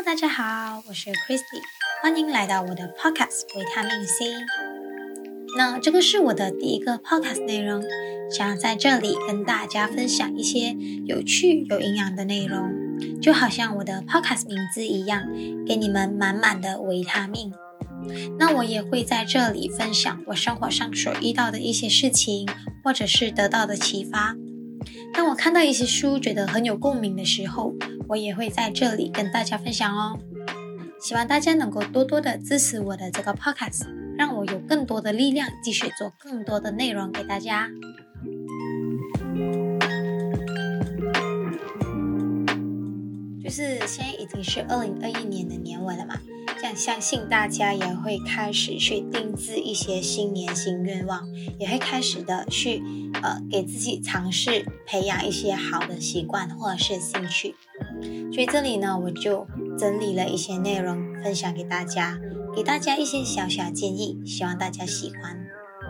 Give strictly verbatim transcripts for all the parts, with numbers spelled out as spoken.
大家好，我是 Christy， 欢迎来到我的 Podcast 维他命 C。那这个是我的第一个 Podcast 内容，想要在这里跟大家分享一些有趣有营养的内容，就好像我的 Podcast 名字一样，给你们满满的维他命。那我也会在这里分享我生活上所遇到的一些事情，或者是得到的启发。当我看到一些书觉得很有共鸣的时候，我也会在这里跟大家分享哦。希望大家能够多多的支持我的这个 podcast， 让我有更多的力量继续做更多的内容给大家。就是现在已经是二零二一年的年尾了嘛，这样相信大家也会开始去定制一些新年新愿望，也会开始的去呃给自己尝试培养一些好的习惯或者是兴趣。所以这里呢，我就整理了一些内容分享给大家，给大家一些小小建议，希望大家喜欢。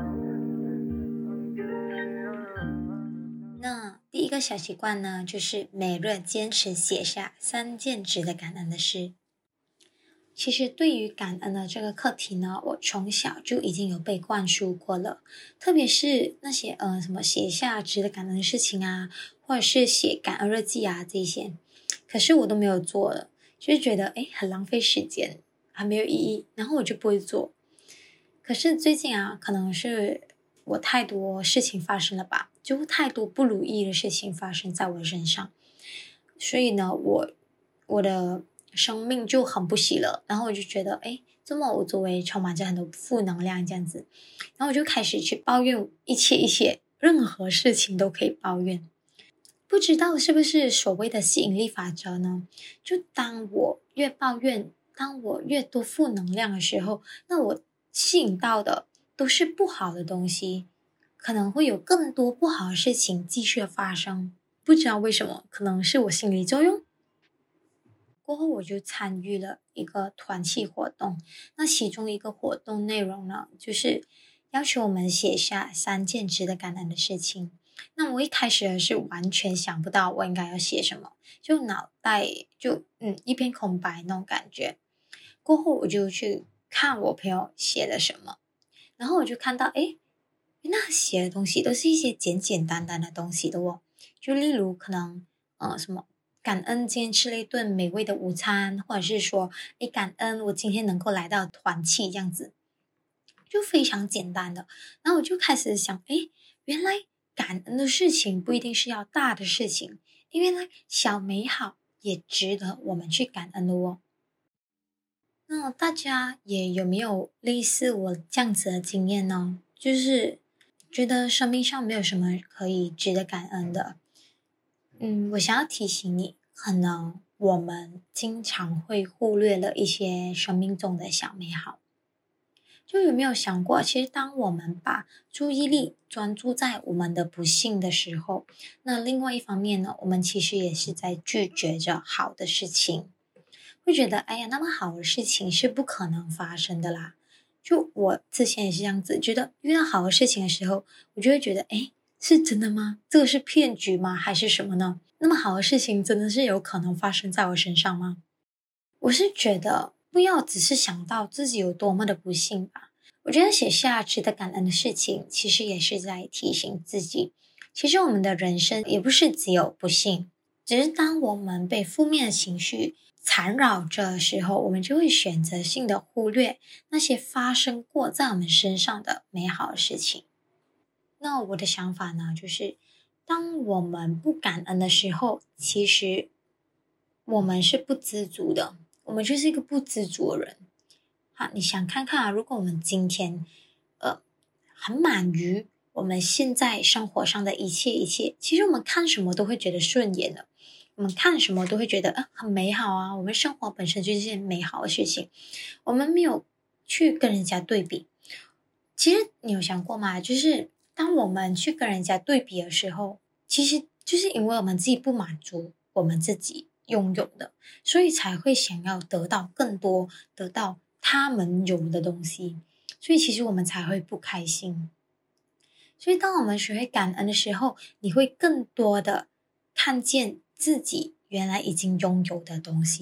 那第一个小习惯呢，就是每日坚持写下三件值得感恩的事。其实对于感恩的这个课题呢，我从小就已经有被灌输过了，特别是那些呃什么写下值得感恩的事情啊，或者是写感恩日记啊这些，可是我都没有做了，就是觉得诶很浪费时间，很没有意义，然后我就不会做。可是最近啊，可能是我太多事情发生了吧，就太多不如意的事情发生在我身上，所以呢，我我的生命就很不喜乐，然后我就觉得，诶，这么我周围充满着很多负能量这样子，然后我就开始去抱怨一切一切，任何事情都可以抱怨。不知道是不是所谓的吸引力法则呢？就当我越抱怨，当我越多负能量的时候，那我吸引到的都是不好的东西，可能会有更多不好的事情继续发生。不知道为什么，可能是我心理作用。过后我就参与了一个团契活动，那其中一个活动内容呢，就是要求我们写下三件值得感恩的事情。那我一开始是完全想不到我应该要写什么，就脑袋就嗯一片空白那种感觉。过后我就去看我朋友写了什么，然后我就看到诶，原来他写的东西都是一些简简单单的东西的哦，就例如可能呃什么感恩今天吃了一顿美味的午餐，或者是说诶感恩我今天能够来到团契这样子，就非常简单的。然后我就开始想，诶，原来感恩的事情不一定是要大的事情，因为呢小美好也值得我们去感恩的哦。那大家也有没有类似我这样子的经验呢？就是觉得生命上没有什么可以值得感恩的。嗯，我想要提醒你，可能我们经常会忽略了一些生命中的小美好。就有没有想过，其实当我们把注意力专注在我们的不幸的时候，那另外一方面呢，我们其实也是在拒绝着好的事情，会觉得哎呀，那么好的事情是不可能发生的啦。就我之前也是这样子，觉得遇到好的事情的时候，我就会觉得哎，是真的吗？这个是骗局吗？还是什么呢？那么好的事情真的是有可能发生在我身上吗？我是觉得不要只是想到自己有多么的不幸吧。我觉得写下值得感恩的事情，其实也是在提醒自己，其实我们的人生也不是只有不幸，只是当我们被负面的情绪缠绕着的时候，我们就会选择性的忽略那些发生过在我们身上的美好的事情。那我的想法呢，就是当我们不感恩的时候，其实我们是不知足的，我们就是一个不知足的人。好，你想看看啊，如果我们今天呃很满于我们现在生活上的一切一切，其实我们看什么都会觉得顺眼的，我们看什么都会觉得呃很美好啊，我们生活本身就是一件美好的事情，我们没有去跟人家对比。其实你有想过吗？就是当我们去跟人家对比的时候，其实就是因为我们自己不满足我们自己拥有的，所以才会想要得到更多，得到他们有的东西，所以其实我们才会不开心。所以当我们学会感恩的时候，你会更多的看见自己原来已经拥有的东西，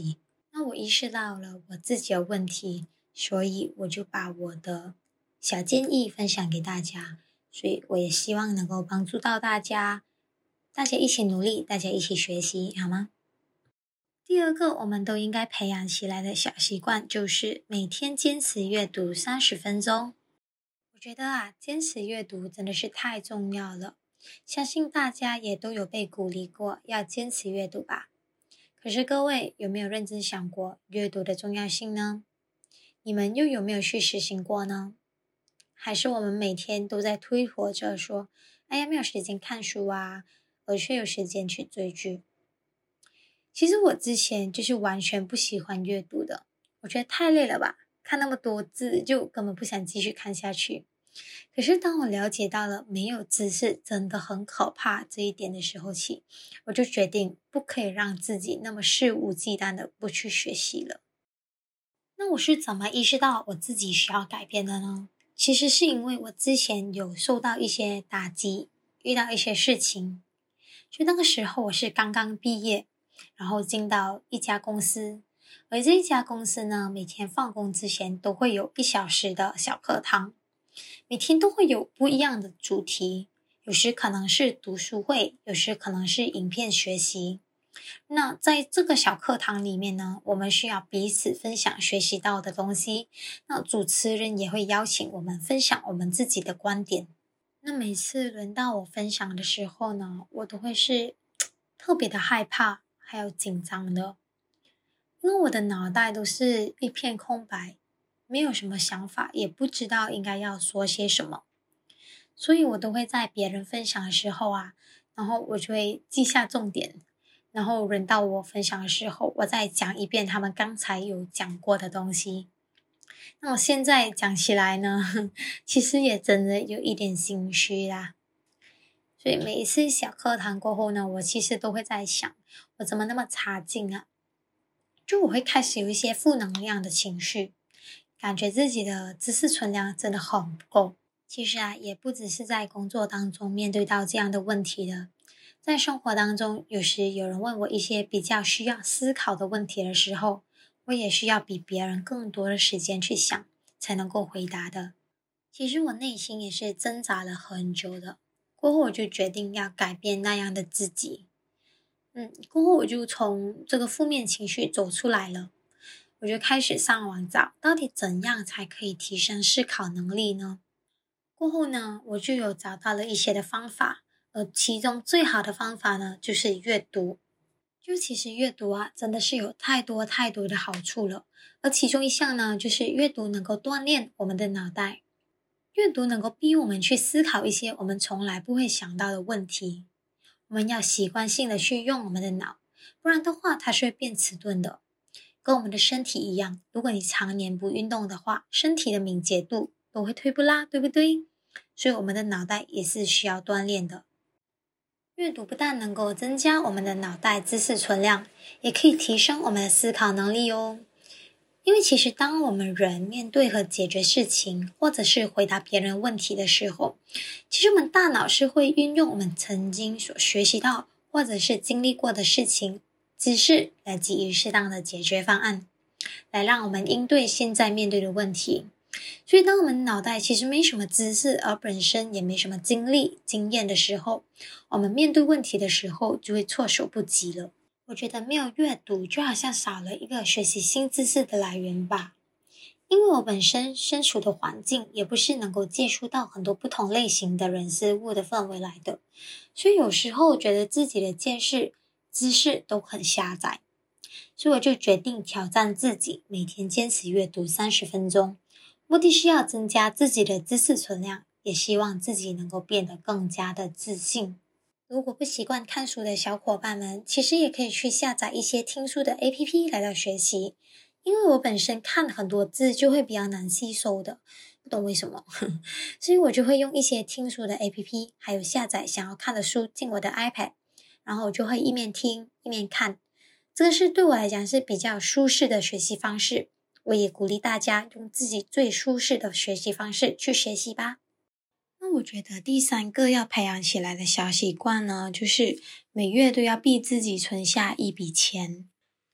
那我意识到了我自己的问题，所以我就把我的小建议分享给大家，所以我也希望能够帮助到大家，大家一起努力，大家一起学习，好吗？第二个我们都应该培养起来的小习惯就是每天坚持阅读三十分钟。我觉得啊，坚持阅读真的是太重要了，相信大家也都有被鼓励过要坚持阅读吧。可是各位有没有认真想过阅读的重要性呢？你们又有没有去实行过呢？还是我们每天都在推脱着说，哎呀，没有时间看书啊，而却有时间去追剧。其实我之前就是完全不喜欢阅读的，我觉得太累了吧，看那么多字就根本不想继续看下去。可是当我了解到了没有知识真的很可怕这一点的时候起，我就决定不可以让自己那么肆无忌惮的不去学习了。那我是怎么意识到我自己需要改变的呢？其实是因为我之前有受到一些打击，遇到一些事情。就那个时候我是刚刚毕业，然后进到一家公司，而这一家公司呢，每天放工之前都会有一小时的小课堂，每天都会有不一样的主题，有时可能是读书会，有时可能是影片学习。那在这个小课堂里面呢，我们需要彼此分享学习到的东西，那主持人也会邀请我们分享我们自己的观点。那每次轮到我分享的时候呢，我都会是特别的害怕还有紧张的，因为我的脑袋都是一片空白，没有什么想法，也不知道应该要说些什么，所以我都会在别人分享的时候啊，然后我就会记下重点，然后轮到我分享的时候，我再讲一遍他们刚才有讲过的东西。那我现在讲起来呢，其实也真的有一点心虚啦。所以每一次小课堂过后呢，我其实都会在想，我怎么那么差劲啊？就我会开始有一些负能量的情绪，感觉自己的知识存量真的很不够。其实啊，也不只是在工作当中面对到这样的问题的，在生活当中，有时有人问我一些比较需要思考的问题的时候，我也需要比别人更多的时间去想，才能够回答的。其实我内心也是挣扎了很久的，过后我就决定要改变那样的自己。嗯，过后我就从这个负面情绪走出来了，我就开始上网找，到底怎样才可以提升思考能力呢？过后呢，我就有找到了一些的方法，而其中最好的方法呢，就是阅读。就其实阅读啊，真的是有太多太多的好处了，而其中一项呢，就是阅读能够锻炼我们的脑袋。阅读能够逼我们去思考一些我们从来不会想到的问题，我们要习惯性的去用我们的脑，不然的话它是会变迟钝的。跟我们的身体一样，如果你常年不运动的话，身体的敏捷度都会退步啦，对不对？所以我们的脑袋也是需要锻炼的。阅读不但能够增加我们的脑袋知识存量，也可以提升我们的思考能力哦。因为其实当我们人面对和解决事情，或者是回答别人问题的时候，其实我们大脑是会运用我们曾经所学习到或者是经历过的事情、知识来给予适当的解决方案，来让我们应对现在面对的问题。所以当我们脑袋其实没什么知识，而本身也没什么经历、经验的时候，我们面对问题的时候就会措手不及了。我觉得没有阅读就好像少了一个学习新知识的来源吧，因为我本身身处的环境也不是能够接触到很多不同类型的人事物的氛围来的，所以有时候觉得自己的见识、知识都很狭窄，所以我就决定挑战自己，每天坚持阅读三十分钟，目的是要增加自己的知识存量，也希望自己能够变得更加的自信。如果不习惯看书的小伙伴们，其实也可以去下载一些听书的 A P P 来到学习，因为我本身看很多字就会比较难吸收的，不懂为什么所以我就会用一些听书的 A P P， 还有下载想要看的书进我的 iPad， 然后我就会一面听一面看，这个是对我来讲是比较舒适的学习方式，我也鼓励大家用自己最舒适的学习方式去学习吧。那我觉得第三个要培养起来的小习惯呢，就是每月都要逼自己存下一笔钱。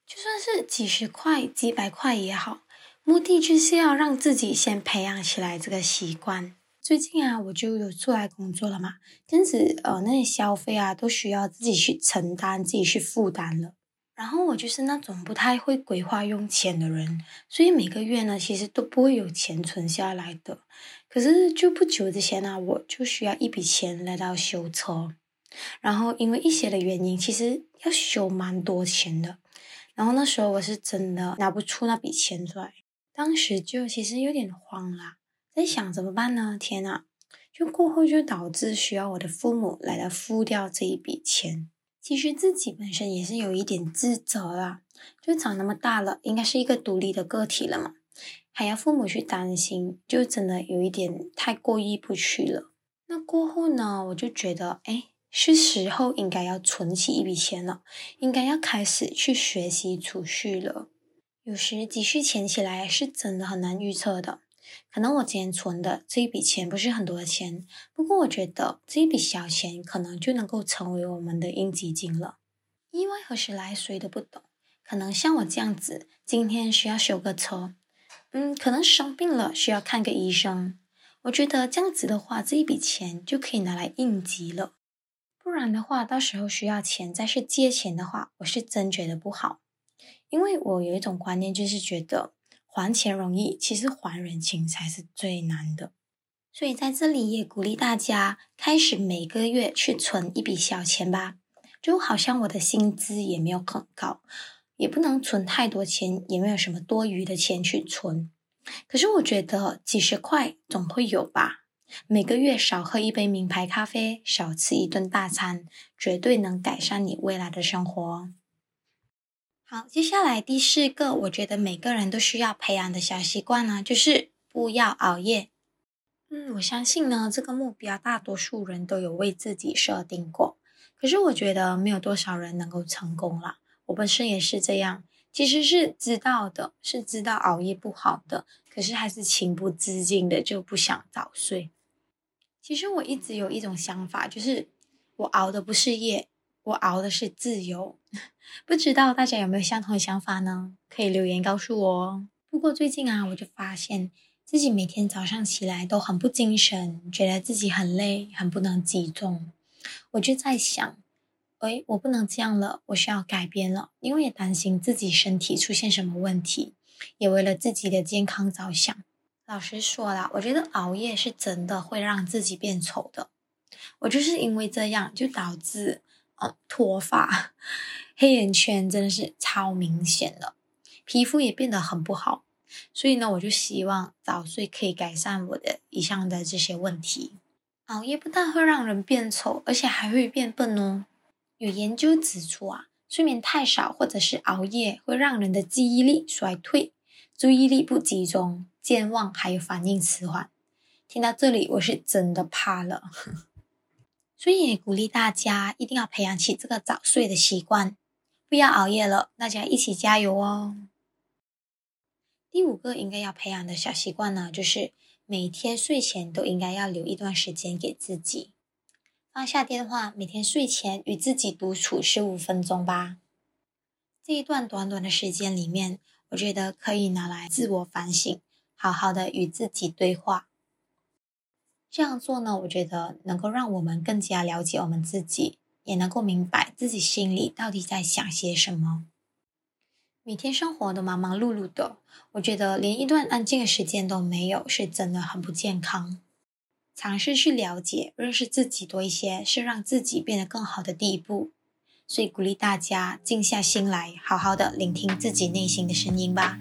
就算是几十块、几百块也好，目的就是要让自己先培养起来这个习惯。最近啊，我就有出来工作了嘛，这样子呃，那些消费啊，都需要自己去承担、自己去负担了。然后我就是那种不太会规划用钱的人，所以每个月呢，其实都不会有钱存下来的。可是就不久之前呢，我就需要一笔钱来到修车，然后因为一些的原因，其实要修蛮多钱的。然后那时候我是真的拿不出那笔钱出来，当时就其实有点慌啦，在想怎么办呢？天哪！就过后就导致需要我的父母来来付掉这一笔钱。其实自己本身也是有一点自责啦，就长那么大了，应该是一个独立的个体了嘛，还要父母去担心，就真的有一点太过意不去了。那过后呢，我就觉得，诶，是时候应该要存起一笔钱了，应该要开始去学习储蓄了。有时积蓄钱起来是真的很难预测的，可能我今天存的这一笔钱不是很多的钱，不过我觉得这一笔小钱可能就能够成为我们的应急金了。意外何时来谁都不懂，可能像我这样子，今天需要修个车，嗯，可能生病了需要看个医生，我觉得这样子的话，这一笔钱就可以拿来应急了。不然的话，到时候需要钱再去借钱的话，我是真觉得不好。因为我有一种观念，就是觉得还钱容易，其实还人情才是最难的。所以在这里也鼓励大家开始每个月去存一笔小钱吧，就好像我的薪资也没有很高，也不能存太多钱，也没有什么多余的钱去存。可是我觉得几十块总会有吧，每个月少喝一杯名牌咖啡，少吃一顿大餐，绝对能改善你未来的生活。好，接下来第四个，我觉得每个人都需要培养的小习惯呢，就是不要熬夜。嗯，我相信呢，这个目标大多数人都有为自己设定过，可是我觉得没有多少人能够成功啦。我本身也是这样，其实是知道的，是知道熬夜不好的，可是还是情不自禁的就不想早睡。其实我一直有一种想法，就是我熬的不是夜，我熬的是自由。不知道大家有没有相同的想法呢？可以留言告诉我哦。不过最近啊，我就发现自己每天早上起来都很不精神，觉得自己很累，很不能集中。我就在想，诶，我不能这样了，我需要改变了，因为也担心自己身体出现什么问题，也为了自己的健康着想。老实说啦，我觉得熬夜是真的会让自己变丑的。我就是因为这样，就导致呃脱发、黑眼圈真的是超明显的，皮肤也变得很不好。所以呢，我就希望早睡可以改善我的以上的这些问题。熬夜不但会让人变丑，而且还会变笨哦。有研究指出啊，睡眠太少或者是熬夜会让人的记忆力衰退，注意力不集中，健忘还有反应迟缓。听到这里，我是真的怕了。所以也鼓励大家一定要培养起这个早睡的习惯，不要熬夜了，大家一起加油哦。第五个应该要培养的小习惯呢，就是每天睡前都应该要留一段时间给自己。放下电话，每天睡前与自己独处十五分钟吧。这一段短短的时间里面，我觉得可以拿来自我反省，好好的与自己对话。这样做呢，我觉得能够让我们更加了解我们自己，也能够明白自己心里到底在想些什么。每天生活都忙忙碌碌的，我觉得连一段安静的时间都没有，是真的很不健康。尝试去了解、认识自己多一些，是让自己变得更好的第一步。所以鼓励大家静下心来，好好的聆听自己内心的声音吧。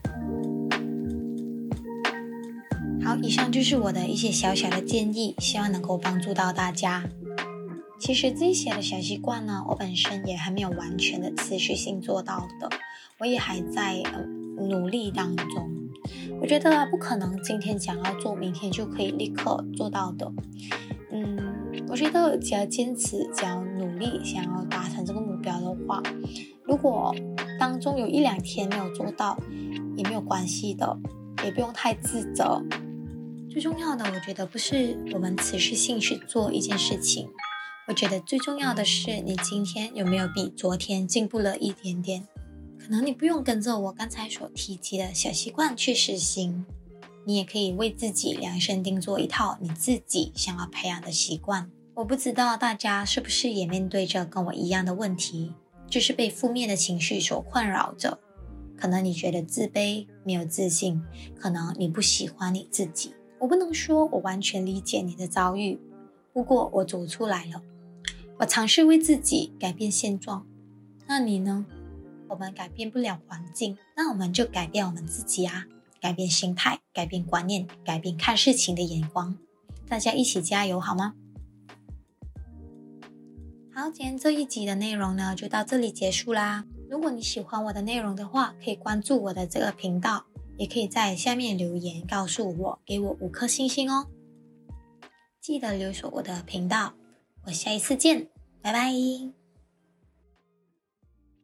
好，以上就是我的一些小小的建议，希望能够帮助到大家。其实这些的小习惯呢，我本身也还没有完全的持续性做到的，我也还在、呃、努力当中。我觉得不可能今天想要做，明天就可以立刻做到的。嗯，我觉得只要坚持，只要努力，想要达成这个目标的话，如果当中有一两天没有做到，也没有关系的，也不用太自责。最重要的，我觉得不是我们持续性去做一件事情，我觉得最重要的是你今天有没有比昨天进步了一点点。 可能你不用跟着我刚才所提及的小习惯去实行，你也可以为自己量身定做一套你自己想要培养的习惯。我不知道大家是不是也面对着跟我一样的问题，就是被负面的情绪所困扰着。可能你觉得自卑，没有自信，可能你不喜欢你自己。我不能说我完全理解你的遭遇，不过我走出来了，我尝试为自己改变现状。那你呢？我们改变不了环境，那我们就改变我们自己啊，改变心态，改变观念，改变看事情的眼光。大家一起加油好吗？好，今天这一集的内容呢就到这里结束啦。如果你喜欢我的内容的话，可以关注我的这个频道，也可以在下面留言告诉我，给我五颗星星哦。记得留守我的频道，我下一次见，拜拜。